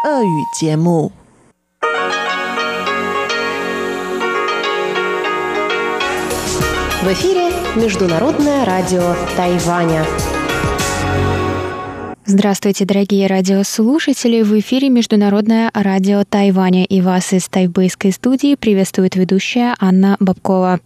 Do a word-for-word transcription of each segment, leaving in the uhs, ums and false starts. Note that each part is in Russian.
俄语节目。 В эфире Международное радио Тайваня. Здравствуйте, дорогие радиослушатели! В эфире Международное радио Тайваня, и вас из тайбэйской студии приветствует ведущая Анна Бабкова.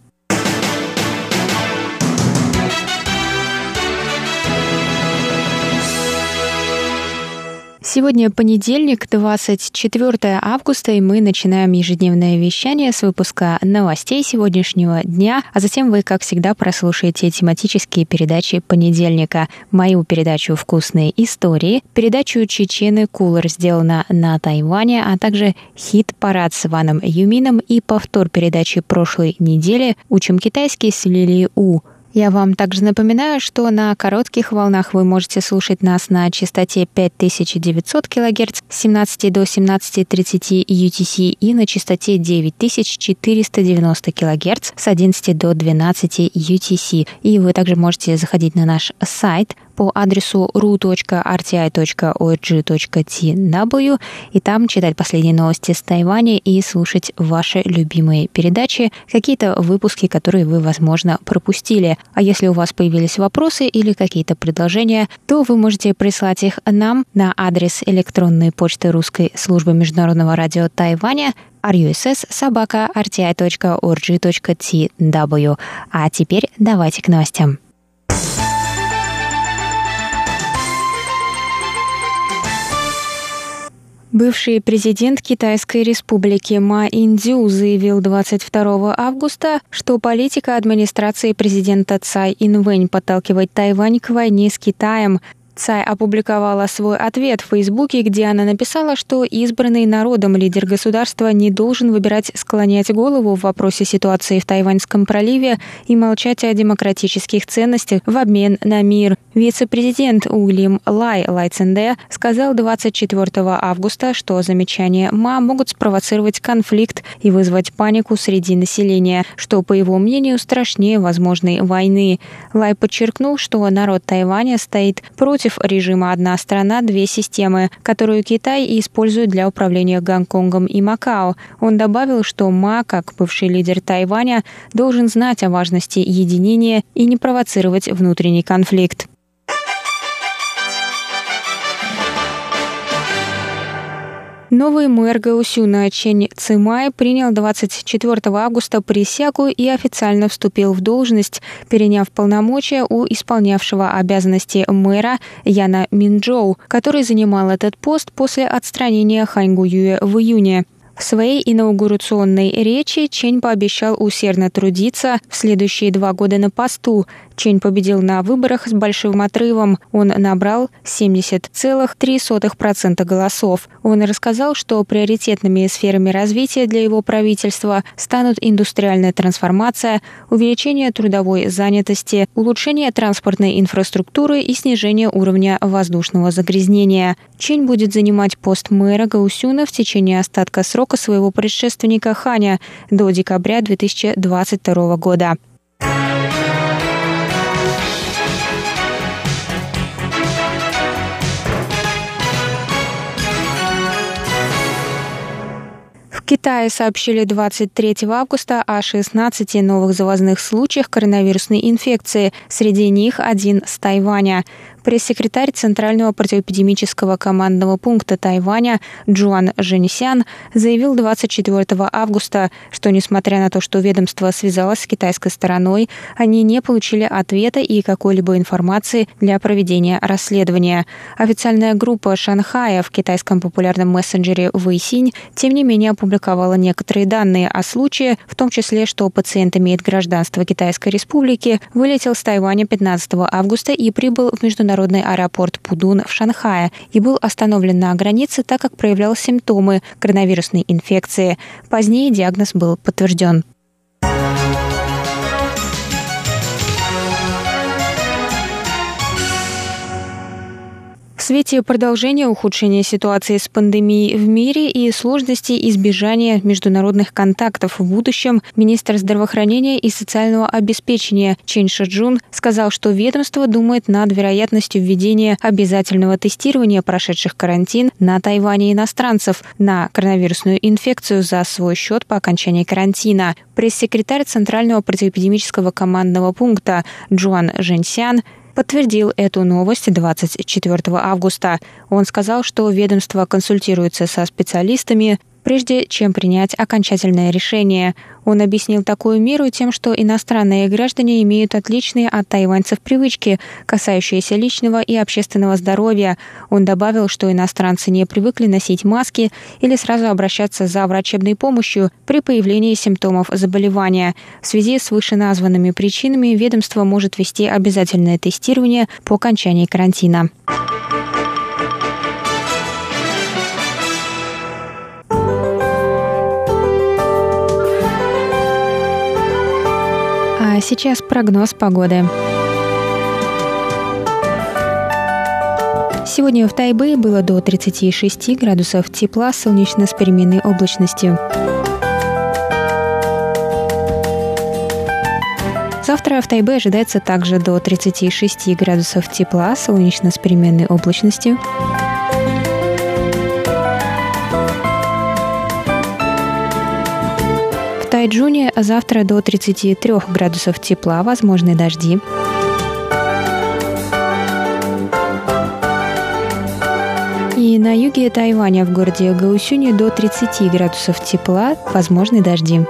Сегодня понедельник, двадцать четвёртое августа, и мы начинаем ежедневное вещание с выпуска новостей сегодняшнего дня, а затем вы, как всегда, прослушаете тематические передачи понедельника. Мою передачу «Вкусные истории», передачу «Чечены Кулер» сделана на Тайване, а также хит-парад с Иваном Юмином и повтор передачи прошлой недели «Учим китайский» с Лилией У. Я вам также напоминаю, что на коротких волнах вы можете слушать нас на частоте пять тысяч девятьсот килогерц с семнадцати до семнадцати тридцати ю ти си и на частоте девять тысяч четыреста девяносто килогерц с одиннадцати до двенадцати ю ти си. И вы также можете заходить на наш сайт по адресу ру точка ар ти ай точка орг точка ти дабл ю и там читать последние новости с Тайваня и слушать ваши любимые передачи, какие-то выпуски, которые вы, возможно, пропустили. А если у вас появились вопросы или какие-то предложения, то вы можете прислать их нам на адрес электронной почты русской службы международного радио Тайваня ар ю эс эс собака ар ти ай точка орг точка ти дабл ю. А теперь давайте к новостям. Бывший президент Китайской республики Ма Ин-дзю заявил двадцать второго августа, что политика администрации президента Цай Ин-вэнь подталкивает Тайвань к войне с Китаем. Цай опубликовала свой ответ в Фейсбуке, где она написала, что избранный народом лидер государства не должен выбирать склонять голову в вопросе ситуации в Тайваньском проливе и молчать о демократических ценностях в обмен на мир. Вице-президент Уильям Лай Лайценде сказал двадцать четвёртого августа, что замечания Ма могут спровоцировать конфликт и вызвать панику среди населения, что, по его мнению, страшнее возможной войны. Лай подчеркнул, что народ Тайваня стоит против режима «одна страна, две системы», которую Китай использует для управления Гонконгом и Макао. Он добавил, что Ма, как бывший лидер Тайваня, должен знать о важности единения и не провоцировать внутренний конфликт. Новый мэр Гаосюна Чэнь Цимай принял двадцать четвёртого августа присягу и официально вступил в должность, переняв полномочия у исполнявшего обязанности мэра Яна Минчжоу, который занимал этот пост после отстранения Хань Гуюэ в июне. В своей инаугурационной речи Чэнь пообещал усердно трудиться в следующие два года на посту. Чэнь победил на выборах с большим отрывом. Он набрал семьдесят целых три сотых процента голосов. Он рассказал, что приоритетными сферами развития для его правительства станут индустриальная трансформация, увеличение трудовой занятости, улучшение транспортной инфраструктуры и снижение уровня воздушного загрязнения. Чэнь будет занимать пост мэра Гаосюна в течение остатка срока своего предшественника Ханя до декабря две тысячи двадцать второго года. В Китае сообщили двадцать третьего августа о шестнадцати новых завозных случаях коронавирусной инфекции, среди них один с Тайваня. Пресс-секретарь Центрального противоэпидемического командного пункта Тайваня Джуан Женьсян заявил двадцать четвёртого августа, что, несмотря на то, что ведомство связалось с китайской стороной, они не получили ответа и какой-либо информации для проведения расследования. Официальная группа Шанхая в китайском популярном мессенджере Вэйсинь, тем не менее, опубликовала некоторые данные о случае, в том числе, что пациент имеет гражданство Китайской Республики, вылетел с Тайваня пятнадцатого августа и прибыл в международный Международный аэропорт Пудун в Шанхае и был остановлен на границе, так как проявлял симптомы коронавирусной инфекции. Позднее диагноз был подтвержден. В свете продолжения ухудшения ситуации с пандемией в мире и сложности избежания международных контактов в будущем, министр здравоохранения и социального обеспечения Чен Ши-чжун сказал, что ведомство думает над вероятностью введения обязательного тестирования прошедших карантин на Тайване иностранцев на коронавирусную инфекцию за свой счет по окончании карантина. Пресс-секретарь Центрального противоэпидемического командного пункта Джуан Жэньсян подтвердил эту новость двадцать четвёртого августа. Он сказал, что ведомство консультируется со специалистами, прежде чем принять окончательное решение. Он объяснил такую меру тем, что иностранные граждане имеют отличные от тайваньцев привычки, касающиеся личного и общественного здоровья. Он добавил, что иностранцы не привыкли носить маски или сразу обращаться за врачебной помощью при появлении симптомов заболевания. В связи с вышеназванными причинами ведомство может ввести обязательное тестирование по окончании карантина. А сейчас прогноз погоды. Сегодня в Тайбэе было до тридцати шести градусов тепла, солнечно с переменной облачностью. Завтра в Тайбэе ожидается также до тридцати шести градусов тепла, солнечно с переменной облачностью. В Тайчжуне завтра до тридцати трёх градусов тепла, возможны дожди. И на юге Тайваня в городе Гаосюне до тридцати градусов тепла, возможны дожди.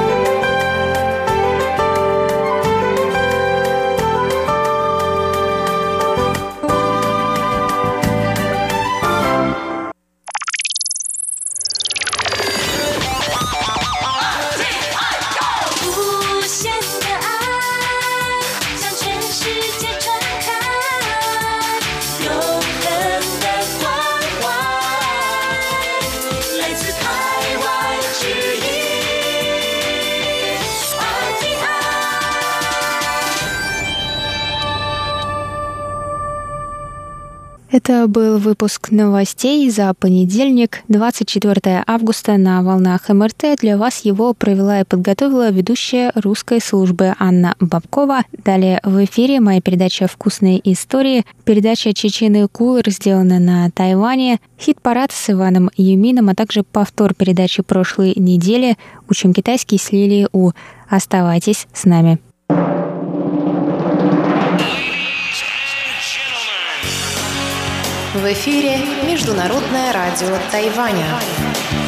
Это был выпуск новостей за понедельник, двадцать четвёртого августа на волнах эм эр тэ. Для вас его провела и подготовила ведущая русской службы Анна Бабкова. Далее в эфире моя передача «Вкусные истории», передача Чечены Кулер, сделана на Тайване, хит-парад с Иваном Юмином, а также повтор передачи прошлой недели «Учим китайский» с Лилией У. Оставайтесь с нами. В эфире Международное радио Тайваня.